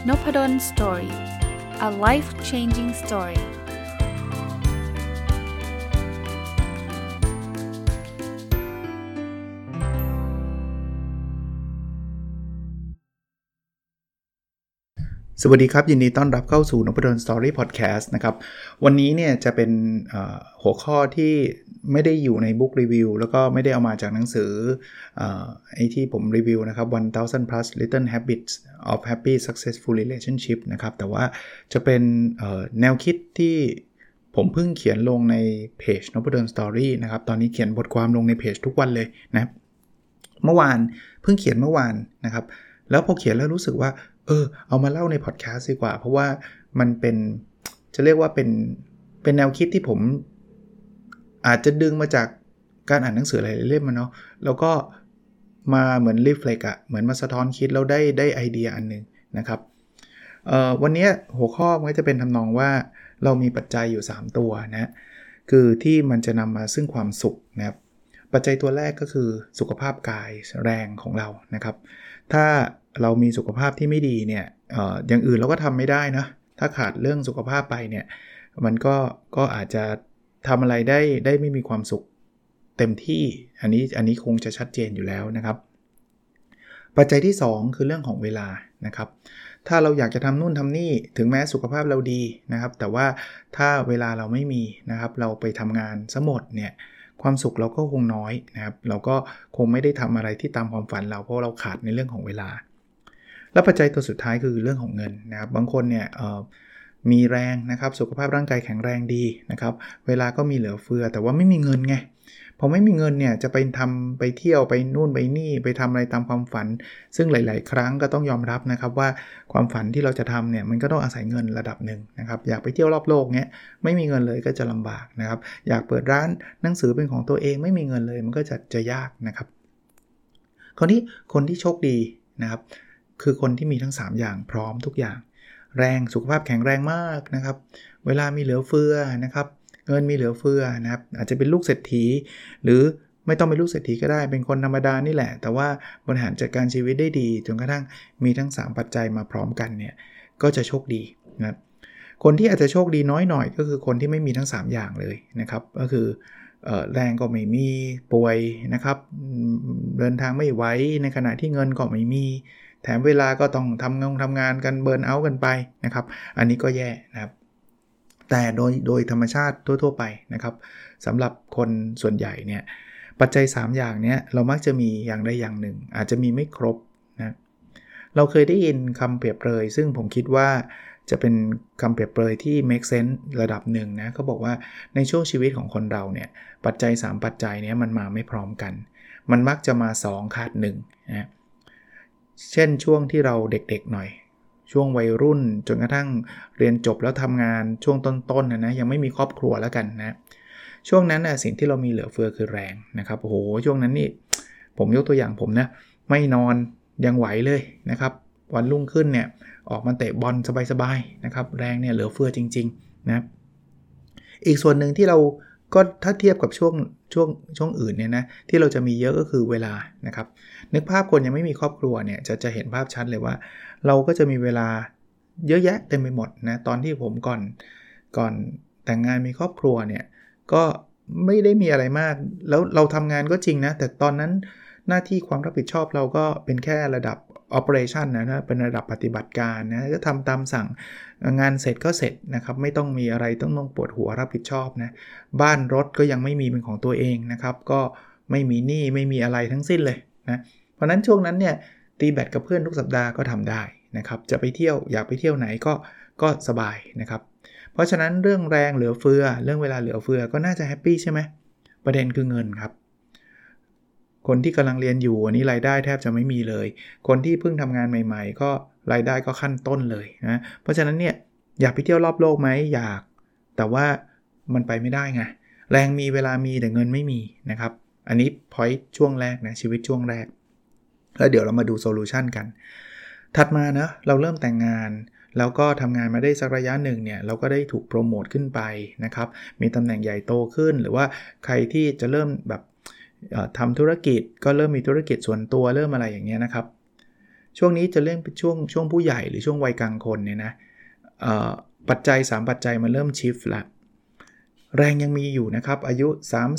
Nopadon Story. A life-changing story. สวัสดีครับยินดีต้อนรับเข้าสู่ Nopadon Story Podcast นะครับวันนี้เนี่ยจะเป็นหัวข้อที่ไม่ได้อยู่ในบุ๊กรีวิวแล้วก็ไม่ได้เอามาจากหนังสือไอ้ที่ผมรีวิวนะครับ1000 plus little habits of happy successful relationship นะครับแต่ว่าจะเป็นแนวคิดที่ผมเพิ่งเขียนลงในเพจ Nopadon Story นะครับตอนนี้เขียนบทความลงในเพจทุกวันเลยนะเมื่อวานเพิ่งเขียนเมื่อวานนะครับแล้วพอเขียนแล้วรู้สึกว่าเอามาเล่าในพอดแคสต์ดีกว่าเพราะว่ามันเป็นจะเรียกว่าเป็นแนวคิดที่ผมอาจจะดึงมาจากการอ่านหนังสือหลายๆเล่มมาเนาะแล้วก็มาเหมือนรีเฟล็กเหมือนมาสะท้อนคิดแล้วได้ไอเดียอันนึงนะครับวันนี้หัวข้อมันก็จะเป็นทำนองว่าเรามีปัจจัยอยู่3ตัวนะคือที่มันจะนำมาซึ่งความสุขนะครับปัจจัยตัวแรกก็คือสุขภาพกายแรงของเรานะครับถ้าเรามีสุขภาพที่ไม่ดีเนี่ยอย่างอื่นเราก็ทำไม่ได้นะถ้าขาดเรื่องสุขภาพไปเนี่ยมันก็อาจจะทำอะไรได้ไม่มีความสุขเต็มที่อันนี้คงจะชัดเจนอยู่แล้วนะครับปัจจัยที่2คือเรื่องของเวลานะครับถ้าเราอยากจะทำนู่นทำนี่ถึงแม้สุขภาพเราดีนะครับแต่ว่าถ้าเวลาเราไม่มีนะครับเราไปทำงานซะหมดเนี่ยความสุขเราก็คงน้อยนะครับเราก็คงไม่ได้ทำอะไรที่ตามความฝันเราเพราะเราขาดในเรื่องของเวลาแล้วปัจจัยตัวสุดท้ายคือเรื่องของเงินนะครับบางคนเนี่ยมีแรงนะครับสุขภาพร่างกายแข็งแรงดีนะครับเวลาก็มีเหลือเฟือแต่ว่าไม่มีเงินไงพอไม่มีเงินเนี่ยจะไปเที่ยวไปนู่นไปนี่ไปทำอะไรตามความฝันซึ่งหลายๆครั้งก็ต้องยอมรับนะครับว่าความฝันที่เราจะทำเนี่ยมันก็ต้องอาศัยเงินระดับหนึ่งนะครับอยากไปเที่ยวรอบโลกเงี้ยไม่มีเงินเลยก็จะลำบากนะครับอยากเปิดร้านหนังสือเป็นของตัวเองไม่มีเงินเลยมันก็จะยากนะครับคราวนี้คนที่โชคดีนะครับคือคนที่มีทั้ง3อย่างพร้อมทุกอย่างแรงสุขภาพแข็งแรงมากนะครับเวลามีเหลือเฟือนะครับเงินมีเหลือเฟือนะครับอาจจะเป็นลูกเศรษฐีหรือไม่ต้องเป็นลูกเศรษฐีก็ได้เป็นคนธรรมดานี่แหละแต่ว่าบริหารจัดการชีวิตได้ดีจนกระทั่งมีทั้ง3ปัจจัยมาพร้อมกันเนี่ยก็จะโชคดีนะครับคนที่อาจจะโชคดีน้อยหน่อยก็คือคนที่ไม่มีทั้ง3อย่างเลยนะครับก็คือแรงก็ไม่มีป่วยนะครับเดินทางไม่ไหวในขณะที่เงินก็ไม่มีแถมเวลาก็ต้องทำงานกันเบิร์นเอาท์กันไปนะครับอันนี้ก็แย่นะครับแต่โดยธรรมชาติทั่วๆไปนะครับสำหรับคนส่วนใหญ่เนี่ยปัจจัย3อย่างเนี้ยเรามักจะมีอย่างใดอย่างหนึ่งอาจจะมีไม่ครบนะเราเคยได้ยินคำเปรียบเปรยซึ่งผมคิดว่าจะเป็นคำเปรียบเปรยที่ make sense ระดับหนึ่งนะเขาบอกว่าในช่วงชีวิตของคนเราเนี่ยปัจจัย3ปัจจัยนี้มันมาไม่พร้อมกันมันมักจะมา2ขาด1นะเช่นช่วงที่เราเด็กๆหน่อยช่วงวัยรุ่นจนกระทั่งเรียนจบแล้วทำงานช่วงต้นๆนะยังไม่มีครอบครัวแล้วกันนะช่วงนั้นนะสิ่งที่เรามีเหลือเฟือคือแรงนะครับโอ้โหช่วงนั้นนี่ผมยกตัวอย่างผมนะไม่นอนยังไหวเลยนะครับวันรุ่งขึ้นเนี่ยออกมาเตะบอลสบายๆนะครับแรงเนี่ยเหลือเฟือจริงๆนะอีกส่วนหนึ่งที่เราก็ถ้าเทียบกับช่วงอื่นเนี่ยนะที่เราจะมีเยอะก็คือเวลานะครับนึกภาพคนยังไม่มีครอบครัวเนี่ยจะเห็นภาพชัดเลยว่าเราก็จะมีเวลาเยอะแยะเต็มไปหมดนะตอนที่ผมก่อนแต่งงานมีครอบครัวเนี่ยก็ไม่ได้มีอะไรมากแล้วเราทำงานก็จริงนะแต่ตอนนั้นหน้าที่ความรับผิดชอบเราก็เป็นแค่ระดับ operation นะเป็นระดับปฏิบัติการนะก็ทำตามสั่งงานเสร็จก็เสร็จนะครับไม่ต้องมีอะไรต้องปวดหัวรับผิดชอบนะบ้านรถก็ยังไม่มีเป็นของตัวเองนะครับก็ไม่มีหนี้ไม่มีอะไรทั้งสิ้นเลยนะเพราะนั้นช่วงนั้นเนี่ยตีแบดกับเพื่อนทุกสัปดาห์ก็ทำได้นะครับจะไปเที่ยวอยากไปเที่ยวไหนก็สบายนะครับเพราะฉะนั้นเรื่องแรงเหลือเฟือเรื่องเวลาเหลือเฟือก็น่าจะแฮปปี้ใช่ไหมประเด็นคือเงินครับคนที่กำลังเรียนอยู่อันนี้รายได้แทบจะไม่มีเลยคนที่เพิ่งทำงานใหม่ๆก็รายได้ก็ขั้นต้นเลยนะเพราะฉะนั้นเนี่ยอยากไปเที่ยวรอบโลกไหมอยากแต่ว่ามันไปไม่ได้ไงแรงมีเวลามีแต่เงินไม่มีนะครับอันนี้ point ช่วงแรกนะชีวิตช่วงแรกแล้วเดี๋ยวเรามาดูโซลูชันกันถัดมานะเราเริ่มแต่งงานแล้วก็ทำงานมาได้สักระยะหนึ่งเนี่ยเราก็ได้ถูกโปรโมทขึ้นไปนะครับมีตำแหน่งใหญ่โตขึ้นหรือว่าใครที่จะเริ่มแบบทำธุรกิจก็เริ่มมีธุรกิจส่วนตัวเริ่มอะไรอย่างเงี้ยนะครับช่วงนี้จะเริ่มเป็นช่วงผู้ใหญ่หรือช่วงวัยกลางคนเนี่ยนะปัจจัย3ปัจจัยมันเริ่มชิฟต์ละแรงยังมีอยู่นะครับอายุ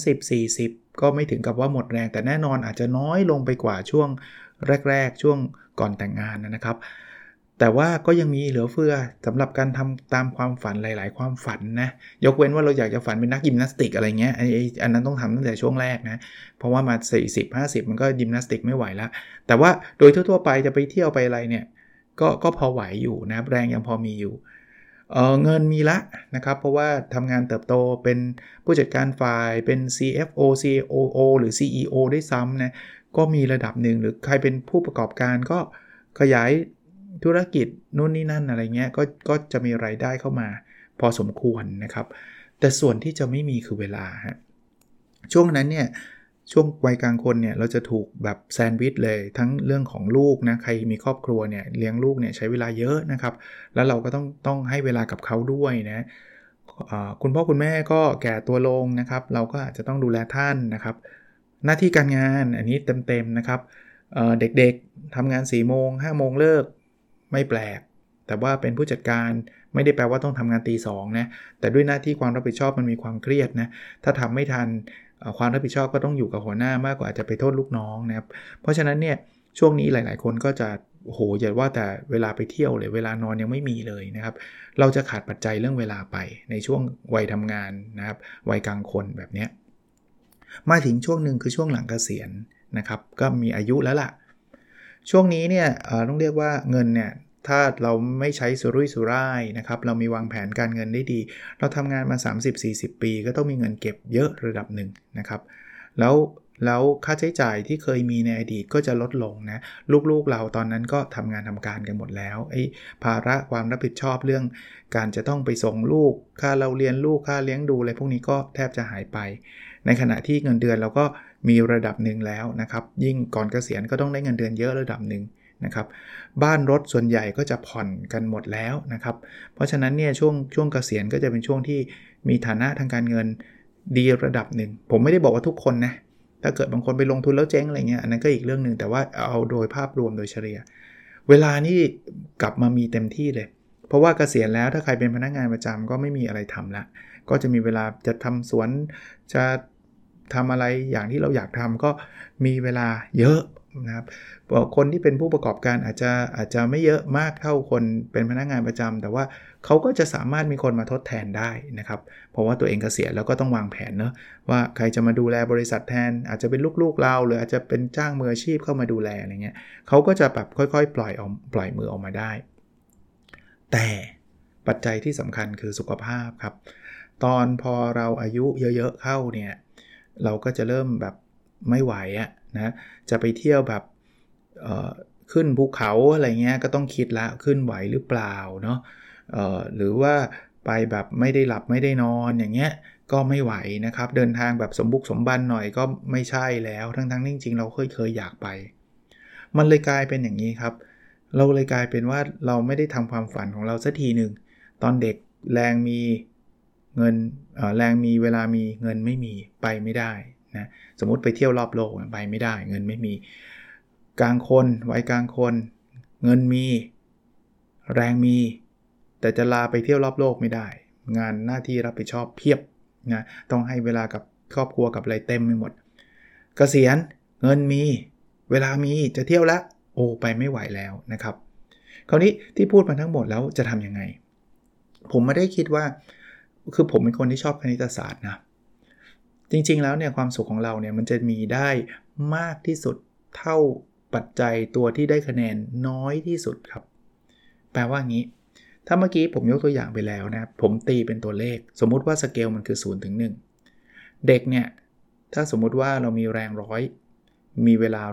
30-40ก็ไม่ถึงกับว่าหมดแรงแต่แน่นอนอาจจะน้อยลงไปกว่าช่วงแรกๆช่วงก่อนแต่งงานนะครับแต่ว่าก็ยังมีเหลือเฟือสำหรับการทำตามความฝันหลายๆความฝันนะยกเว้นว่าเราอยากจะฝันเป็นนักยิมนาสติกอะไรเงี้ยอันนั้นต้องทำตั้งแต่ช่วงแรกนะเพราะว่ามา40-50มันก็ยิมนาสติกไม่ไหวแล้วแต่ว่าโดยทั่วๆไปจะไปเที่ยวไปอะไรเนี่ยก็พอไหวอยู่นะแรงยังพอมีอยู่เงินมีละนะครับเพราะว่าทำงานเติบโตเป็นผู้จัดการฝ่ายเป็น CFO COO หรือ CEO ด้วยซ้ำนะก็มีระดับหนึ่งหรือใครเป็นผู้ประกอบการก็ขยายธุรกิจนู่นนี่นั่นอะไรเงี้ยก็จะมีรายได้เข้ามาพอสมควรนะครับแต่ส่วนที่จะไม่มีคือเวลาฮะช่วงนั้นเนี่ยช่วงวัยกลางคนเนี่ยเราจะถูกแบบแซนด์วิชเลยทั้งเรื่องของลูกนะใครมีครอบครัวเนี่ยเลี้ยงลูกเนี่ยใช้เวลาเยอะนะครับแล้วเราก็ต้องให้เวลากับเขาด้วยนะคุณพ่อคุณแม่ก็แก่ตัวลงนะครับเราก็อาจจะต้องดูแลท่านนะครับหน้าที่การงานอันนี้เต็มๆนะครับเด็กๆทำงาน4 โมง 5 โมงเลิกไม่แปลกแต่ว่าเป็นผู้จัดการไม่ได้แปลว่าต้องทำงานตี 2นะแต่ด้วยหน้าที่ความรับผิดชอบมันมีความเครียดนะถ้าทำไม่ทันความรับผิดชอบก็ต้องอยู่กับหัวหน้ามากกว่าจะไปโทษลูกน้องนะครับเพราะฉะนั้นเนี่ยช่วงนี้หลายๆคนก็จะโอ้โหอย่าว่าแต่เวลาไปเที่ยวเลยเวลานอนยังไม่มีเลยนะครับเราจะขาดปัจจัยเรื่องเวลาไปในช่วงวัยทำงานนะครับวัยกลางคนแบบนี้มาถึงช่วงหนึ่งคือช่วงหลังเกษียณนะครับก็มีอายุแล้วล่ะช่วงนี้เนี่ยต้องเรียกว่าเงินเนี่ยถ้าเราไม่ใช้สุรุ่ยสุร่ายนะครับเรามีวางแผนการเงินได้ดีเราทำงานมา 30-40 ปีก็ต้องมีเงินเก็บเยอะระดับหนึ่งนะครับแล้วค่าใช้จ่ายที่เคยมีในอดีตก็จะลดลงนะลูกๆเราตอนนั้นก็ทำงานทำการกันหมดแล้วไอ้ภาระความรับผิดชอบเรื่องการจะต้องไปส่งลูกค่าเราเรียนลูกค่าเลี้ยงดูอะไรพวกนี้ก็แทบจะหายไปในขณะที่เงินเดือนเราก็มีระดับหนึ่งแล้วนะครับยิ่งก่อนเกษียณก็ต้องได้เงินเดือนเยอะระดับหนึ่งนะครับบ้านรถส่วนใหญ่ก็จะผ่อนกันหมดแล้วนะครับเพราะฉะนั้นเนี่ยช่วงเกษียณก็จะเป็นช่วงที่มีฐานะทางการเงินดีระดับหนึ่งผมไม่ได้บอกว่าทุกคนนะถ้าเกิดบางคนไปลงทุนแล้วเจ๊งอะไรเงี้ยอันนั้นก็อีกเรื่องนึงแต่ว่าเอาโดยภาพรวมโดยเฉลี่ยเวลานี่กลับมามีเต็มที่เลยเพราะว่าเกษียณแล้วถ้าใครเป็นพนักงานประจำก็ไม่มีอะไรทำละก็จะมีเวลาจะทำสวนจะทำอะไรอย่างที่เราอยากทำก็มีเวลาเยอะนะครับคนที่เป็นผู้ประกอบการอาจจะไม่เยอะมากเท่าคนเป็นพนักงานประจำแต่ว่าเขาก็จะสามารถมีคนมาทดแทนได้นะครับเพราะว่าตัวเองเกษียณแล้วก็ต้องวางแผนเนาะว่าใครจะมาดูแลบริษัทแทนอาจจะเป็นลูกๆเราหรืออาจจะเป็นจ้างมืออาชีพเข้ามาดูแลอะไรเงี้ยเขาก็จะแบบค่อยๆปล่อยมือออกมาได้แต่ปัจจัยที่สำคัญคือสุขภาพครับตอนพอเราอายุเยอะๆเข้าเนี่ยเราก็จะเริ่มแบบไม่ไหวอะนะจะไปเที่ยวแบบขึ้นภูเขาอะไรเงี้ยก็ต้องคิดละขึ้นไหวหรือเปล่าเนาะหรือว่าไปแบบไม่ได้หลับไม่ได้นอนอย่างเงี้ยก็ไม่ไหวนะครับเดินทางแบบสมบุกสมบันหน่อยก็ไม่ใช่แล้วทั้งจริงๆเราเคยอยากไปมันเลยกลายเป็นอย่างนี้ครับเราเลยกลายเป็นว่าเราไม่ได้ทำความฝันของเราสักทีหนึ่งตอนเด็กแรงมีเงินแรงมีเวลามีเงินไม่มีไปไม่ได้นะสมมุติไปเที่ยวรอบโลกไปไม่ได้เงินไม่มีกลางคนวัยกลางคนเงินมีแรงมีแต่จะลาไปเที่ยวรอบโลกไม่ได้งานหน้าที่รับผิดชอบเพียบนะต้องให้เวลากับครอบครัวกับอะไรเต็มไปหมดเกษียณเงินมีเวลามีจะเที่ยวแล้วโอ้ไปไม่ไหวแล้วนะครับคราวนี้ที่พูดมาทั้งหมดแล้วจะทำยังไงผมไม่ได้คิดว่าคือผมเป็นคนที่ชอบคณิตศาสตร์นะจริงๆแล้วเนี่ยความสุขของเราเนี่ยมันจะมีได้มากที่สุดเท่าปัจจัยตัวที่ได้คะแนนน้อยที่สุดครับแปลว่างี้ถ้าเมื่อกี้ผมยกตัวอย่างไปแล้วนะผมตีเป็นตัวเลขสมมุติว่าสเกลมันคือ0 ถึง 1เด็กเนี่ยถ้าสมมุติว่าเรามีแรง100มีเวลา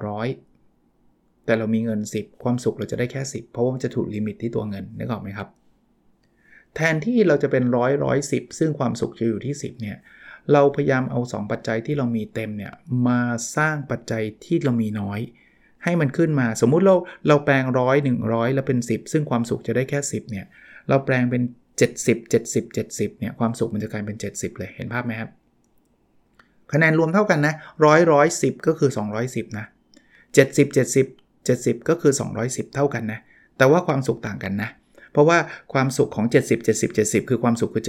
100แต่เรามีเงิน10ความสุขเราจะได้แค่10เพราะว่ามันจะถูกลิมิตที่ตัวเงินนึกออกไหมครับแทนที่เราจะเป็น110ซึ่งความสุขจะอยู่ที่10เนี่ยเราพยายามเอา2ปัจจัยที่เรามีเต็มเนี่ยมาสร้างปัจจัยที่เรามีน้อยให้มันขึ้นมาสมมุติเราแปลง100แล้วเป็น10ซึ่งความสุขจะได้แค่10เนี่ยเราแปลงเป็น70เนี่ยความสุขมันจะกลายเป็น70เลยเห็นภาพไหมครับคะแนนรวมเท่ากันนะ100 110ก็คือ210นะ70 70ก็คือ210เท่ากันนะแต่ว่าความสุขต่างกันนะเพราะว่าความสุขของ70คือความสุขคือ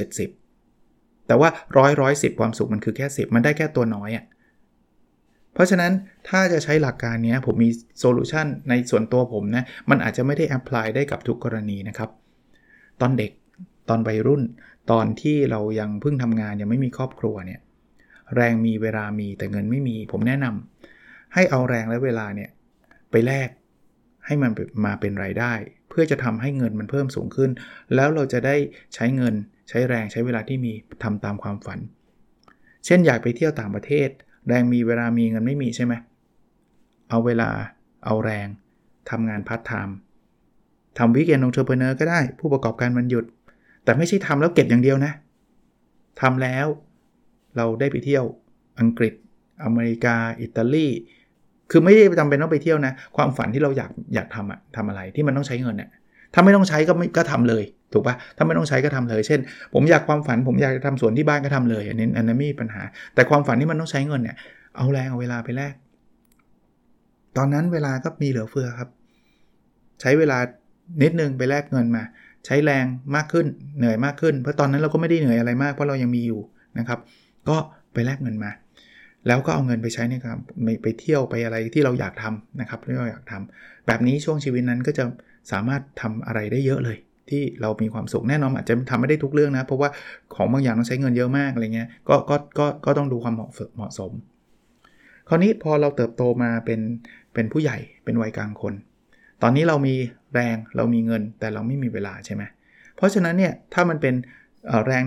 70แต่ว่า110ความสุขมันคือแค่10มันได้แค่ตัวน้อยเพราะฉะนั้นถ้าจะใช้หลักการนี้ผมมีโซลูชันในส่วนตัวผมนะมันอาจจะไม่ได้แอพพลายได้กับทุกกรณีนะครับตอนเด็กตอนวัยรุ่นตอนที่เรายังเพิ่งทำงานยังไม่มีครอบครัวเนี่ยแรงมีเวลามีแต่เงินไม่มีผมแนะนำให้เอาแรงและเวลาเนี่ยไปแลกให้มันมาเป็นรายได้เพื่อจะทำให้เงินมันเพิ่มสูงขึ้นแล้วเราจะได้ใช้เงินใช้แรงใช้เวลาที่มีทำตามความฝันเช่นอยากไปเที่ยวต่างประเทศแรงมีเวลามีเงินไม่มีใช่ไหมเอาเวลาเอาแรงทำงานพาร์ทไทม์ทำวีคเอนด์องเทอร์เพเนอร์ก็ได้ผู้ประกอบการวันหยุดแต่ไม่ใช่ทำแล้วเก็บอย่างเดียวนะทำแล้วเราได้ไปเที่ยวอังกฤษอเมริกาอิตาลีคือไม่ได้จำเป็นต้องไปเที่ยวนะความฝันที่เราอยากทำอะไรที่มันต้องใช้เงินเนี่ยถ้าไม่ต้องใช้ก็ทำเลยถูกปะถ้าไม่ต้องใช้ก็ทำเลยเช่นผมอยากความฝันผมอยากจะทำสวนที่บ้านก็ทำเลยอันนั้นไม่มีปัญหาแต่ความฝันที่มันต้องใช้เงินเนี่ยเอาแรงเอาเวลาไปแลกตอนนั้นเวลาก็มีเหลือเฟือครับใช้เวลานิดนึงไปแลกเงินมาใช้แรงมากขึ้นเหนื่อยมากขึ้นเพราะตอนนั้นเราก็ไม่ได้เหนื่อยอะไรมากเพราะเรายังมีอยู่นะครับก็ไปแลกเงินมาแล้วก็เอาเงินไปใช้ในการไปเที่ยวไปอะไรที่เราอยากทำนะครับที่เราอยากทำแบบนี้ช่วงชีวิตนั้นก็จะสามารถทำอะไรได้เยอะเลยที่เรามีความสุขแน่นอนอาจจะทำไม่ได้ทุกเรื่องนะเพราะว่าของบางอย่างต้องใช้เงินเยอะมากอะไรเงี้ยก็ต้องดูความเหมาะสมคราวนี้พอเราเติบโตมาเป็นผู้ใหญ่เป็นวัยกลางคนตอนนี้เรามีแรงเรามีเงินแต่เราไม่มีเวลาใช่ไหมเพราะฉะนั้นเนี่ยถ้ามันเป็นแรง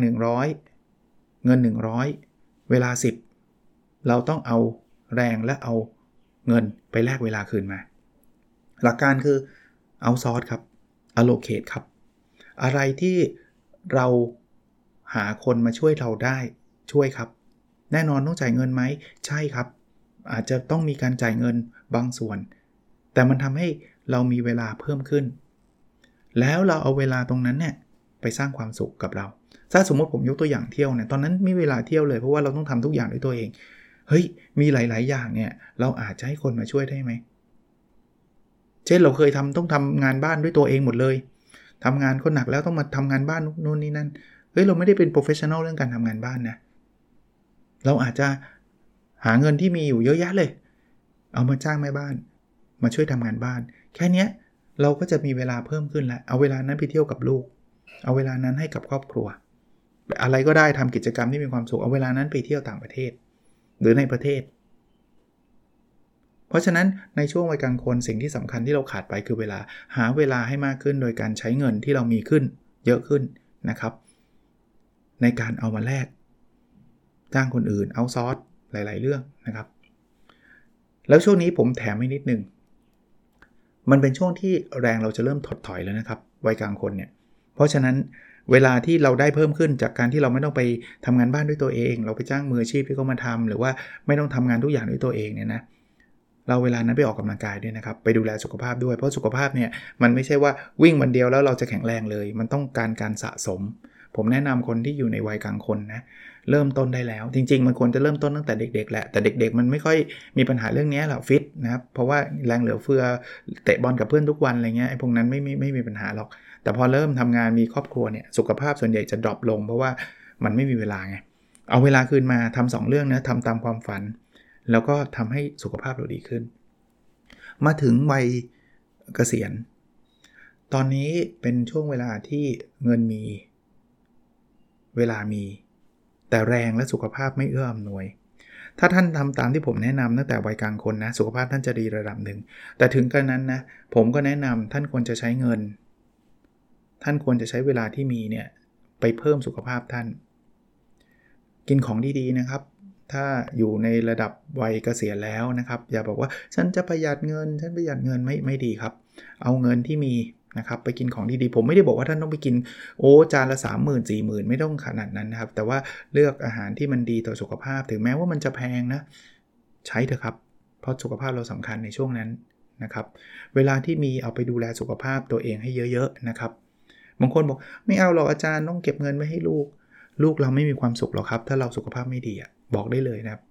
100เงิน100เวลา10เราต้องเอาแรงและเอาเงินไปแลกเวลาคืนมาหลักการคือเอาซอร์สครับ allocate ครับอะไรที่เราหาคนมาช่วยเราได้ช่วยครับแน่นอนต้องจ่ายเงินไหมใช่ครับอาจจะต้องมีการจ่ายเงินบางส่วนแต่มันทำให้เรามีเวลาเพิ่มขึ้นแล้วเราเอาเวลาตรงนั้นเนี่ยไปสร้างความสุขกับเราถ้าสมมติผมยกตัวอย่างเที่ยวเนี่ยตอนนั้นไม่มีเวลาเที่ยวเลยเพราะว่าเราต้องทำทุกอย่างด้วยตัวเองเฮ้ยมีหลายๆอย่างเนี่ยเราอาจจะให้คนมาช่วยได้ไหมเช่นเราเคยต้องทำงานบ้านด้วยตัวเองหมดเลยทำงานก็หนักแล้วต้องมาทำงานบ้านนู่นนี่นั่นเฮ้ยเราไม่ได้เป็นโปรเฟสชั่นอลเรื่องการทำงานบ้านนะเราอาจจะหาเงินที่มีอยู่เยอะแยะเลยเอามาจ้างแม่บ้านมาช่วยทำงานบ้านแค่นี้เราก็จะมีเวลาเพิ่มขึ้นแล้วเอาเวลานั้นไปเที่ยวกับลูกเอาเวลานั้นให้กับครอบครัวอะไรก็ได้ทำกิจกรรมที่มีความสุขเอาเวลานั้นไปเที่ยวต่างประเทศหรือในประเทศเพราะฉะนั้นในช่วงวัยกลางคนสิ่งที่สำคัญที่เราขาดไปคือเวลาหาเวลาให้มากขึ้นโดยการใช้เงินที่เรามีขึ้นเยอะขึ้นนะครับในการเอามาแลกจ้างคนอื่นเอาซอร์สหลายๆเรื่องนะครับแล้วช่วงนี้ผมแถมให้นิดนึงมันเป็นช่วงที่แรงเราจะเริ่มถดถอยแล้วนะครับวัยกลางคนเนี่ยเพราะฉะนั้นเวลาที่เราได้เพิ่มขึ้นจากการที่เราไม่ต้องไปทำงานบ้านด้วยตัวเองเราไปจ้างมืออาชีพที่เขามาทำหรือว่าไม่ต้องทำงานทุกอย่างด้วยตัวเองเนี่ยนะเราเวลานั้นไปออกกำลังกายด้วยนะครับไปดูแลสุขภาพด้วยเพราะสุขภาพเนี่ยมันไม่ใช่ว่าวิ่งวันเดียวแล้วเราจะแข็งแรงเลยมันต้องการสะสมผมแนะนำคนที่อยู่ในวัยกลางคนนะเริ่มต้นได้แล้วจริงๆมันควรจะเริ่มต้นตั้งแต่เด็กๆแหละแต่เด็กๆมันไม่ค่อยมีปัญหาเรื่องนี้หรอกฟิตนะครับเพราะว่าแรงเหลือเฟือเตะบอลกับเพื่อนทุกวันอะไรเงี้ยไอ้พวกนั้นไม่มีปัญหาหรอกแต่พอเริ่มทำงานมีครอบครัวเนี่ยสุขภาพส่วนใหญ่จะดรอปลงเพราะว่ามันไม่มีเวลาไงเอาเวลาคืนมาทำ2เรื่องนะทำตามความฝันแล้วก็ทำให้สุขภาพเราดีขึ้นมาถึงวัยเกษียณตอนนี้เป็นช่วงเวลาที่เงินมีเวลามีแต่แรงและสุขภาพไม่เอื้ออำนวยถ้าท่านทำตามที่ผมแนะนำตั้งแต่วัยกลางคนนะสุขภาพท่านจะดีระดับหนึ่งแต่ถึงกระนั้นนะผมก็แนะนำท่านควรจะใช้เงินท่านควรจะใช้เวลาที่มีเนี่ยไปเพิ่มสุขภาพท่านกินของดีๆนะครับถ้าอยู่ในระดับวัยเกษียณแล้วนะครับอย่าบอกว่าฉันจะประหยัดเงินไม่ดีครับเอาเงินที่มีนะครับไปกินของดีๆผมไม่ได้บอกว่าท่านต้องไปกินจานละ 30,000 40,000 ไม่ต้องขนาดนั้นนะครับแต่ว่าเลือกอาหารที่มันดีต่อสุขภาพถึงแม้ว่ามันจะแพงนะใช้เถอะครับเพราะสุขภาพเราสำคัญในช่วงนั้นนะครับเวลาที่มีเอาไปดูแลสุขภาพตัวเองให้เยอะๆนะครับบางคนบอกไม่เอาหรอกอาจารย์ต้องเก็บเงินไว้ให้ลูกเราไม่มีความสุขหรอกครับถ้าเราสุขภาพไม่ดีบอกได้เลยนะครับ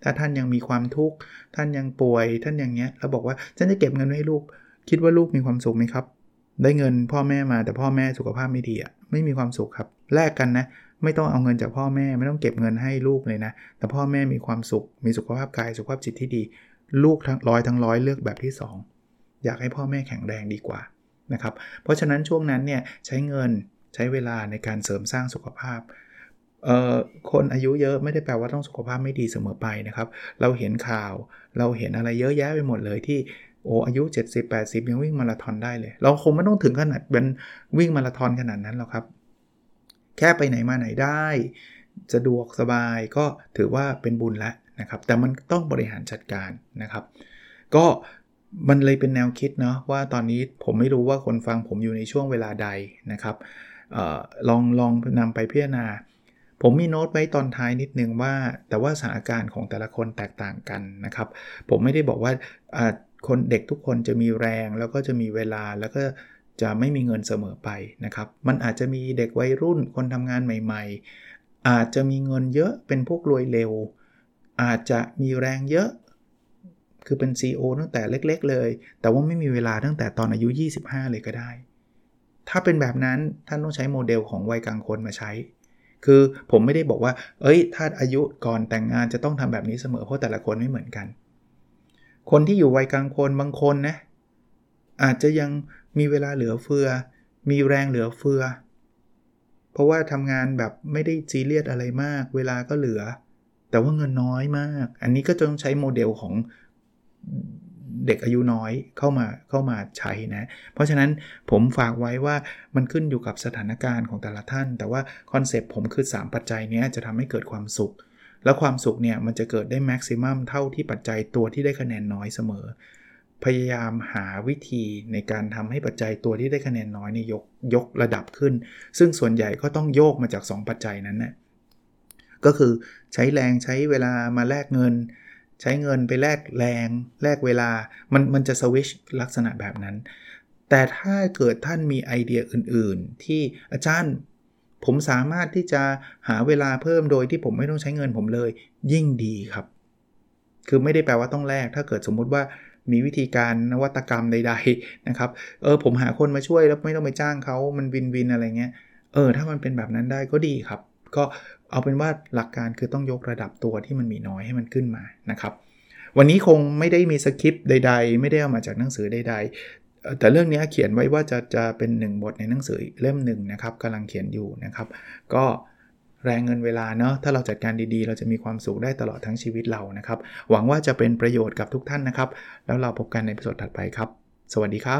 ถ้าท่านยังมีความทุกข์ท่านยังป่วยท่านอย่างเงี้ยแล้วบอกว่าฉันจะเก็บเงินไว้ให้ลูกคิดว่าลูกมีความสุขไหมครับได้เงินพ่อแม่มาแต่พ่อแม่สุขภาพไม่ดีไม่มีความสุขครับแลกกันนะไม่ต้องเอาเงินจากพ่อแม่ไม่ต้องเก็บเงินให้ลูกเลยนะแต่พ่อแม่มีความสุขมีสุขภาพกายสุขภาพจิตที่ดีลูกทั้งร้อยเลือกแบบที่2อยากให้พ่อแม่แข็งแรงดีกว่านะครับเพราะฉะนั้นช่วงนั้นเนี่ยใช้เงินใช้เวลาในการเสริมสร้างสุขภาพคนอายุเยอะไม่ได้แปลว่าต้องสุขภาพไม่ดีเสมอไปนะครับเราเห็นข่าวเราเห็นอะไรเยอะแยะไปหมดเลยที่อายุ 70-80 ยังวิ่งมาราธอนได้เลยเราคงไม่ต้องถึงขนาดเป็นวิ่งมาราธอนขนาดนั้นหรอกครับแค่ไปไหนมาไหนได้สะดวกสบายก็ถือว่าเป็นบุญแล้วนะครับแต่มันต้องบริหารจัดการนะครับก็มันเลยเป็นแนวคิดเนาะว่าตอนนี้ผมไม่รู้ว่าคนฟังผมอยู่ในช่วงเวลาใดนะครับลองนำไปพิจารณาผมมีโน้ตไว้ตอนท้ายนิดนึงว่าแต่ว่าสถานการณ์ของแต่ละคนแตกต่างกันนะครับผมไม่ได้บอกว่าคนเด็กทุกคนจะมีแรงแล้วก็จะมีเวลาแล้วก็จะไม่มีเงินเสมอไปนะครับมันอาจจะมีเด็กวัยรุ่นคนทำงานใหม่ๆอาจจะมีเงินเยอะเป็นพวกรวยเร็วอาจจะมีแรงเยอะคือเป็น CEO ตั้งแต่เล็กๆเลยแต่ว่าไม่มีเวลาตั้งแต่ตอนอายุ25เลยก็ได้ถ้าเป็นแบบนั้นท่านต้องใช้โมเดลของวัยกลางคนมาใช้คือผมไม่ได้บอกว่าถ้าอายุก่อนแต่งงานจะต้องทำแบบนี้เสมอเพราะแต่ละคนไม่เหมือนกันคนที่อยู่วัยกลางคนบางคนนะอาจจะยังมีเวลาเหลือเฟือมีแรงเหลือเฟือเพราะว่าทำงานแบบไม่ได้ซีเรียสอะไรมากเวลาก็เหลือแต่ว่าเงินน้อยมากอันนี้ก็ต้องใช้โมเดลของเด็กอายุน้อยเข้ามาใช้นะเพราะฉะนั้นผมฝากไว้ว่ามันขึ้นอยู่กับสถานการณ์ของแต่ละท่านแต่ว่าคอนเซปต์ผมคือ3ปัจจัยนี้จะทำให้เกิดความสุขแล้วความสุขเนี่ยมันจะเกิดได้แม็กซิมัมเท่าที่ปัจจัยตัวที่ได้คะแนนน้อยเสมอพยายามหาวิธีในการทำให้ปัจจัยตัวที่ได้คะแนนน้อยนี่ยกระดับขึ้นซึ่งส่วนใหญ่ก็ต้องโยกมาจาก2ปัจจัยนั้นนะก็คือใช้แรงใช้เวลามาแลกเงินใช้เงินไปแลกแรงแลกเวลามันจะสวิชลักษณะแบบนั้นแต่ถ้าเกิดท่านมีไอเดียอื่นๆที่อาจารย์ผมสามารถที่จะหาเวลาเพิ่มโดยที่ผมไม่ต้องใช้เงินผมเลยยิ่งดีครับคือไม่ได้แปลว่าต้องแลกถ้าเกิดสมมุติว่ามีวิธีการนวัตกรรมใดๆนะครับผมหาคนมาช่วยแล้วไม่ต้องไปจ้างเขามันวินอะไรเงี้ยถ้ามันเป็นแบบนั้นได้ก็ดีครับก็เอาเป็นว่าหลักการคือต้องยกระดับตัวที่มันมีน้อยให้มันขึ้นมานะครับวันนี้คงไม่ได้มีสคริปต์ใดๆไม่ได้เอามาจากหนังสือใดๆแต่เรื่องนี้เขียนไว้ว่าจะเป็น1บทในหนังสือเล่ม1นะครับกำลังเขียนอยู่นะครับก็แรงเงินเวลาเนาะถ้าเราจัดการดีๆเราจะมีความสุขได้ตลอดทั้งชีวิตเรานะครับหวังว่าจะเป็นประโยชน์กับทุกท่านนะครับแล้วเราพบกันในตอนถัดไปครับสวัสดีครับ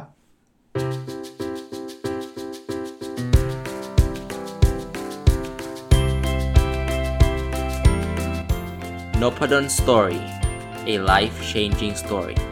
Nopadon Story, a life-changing story.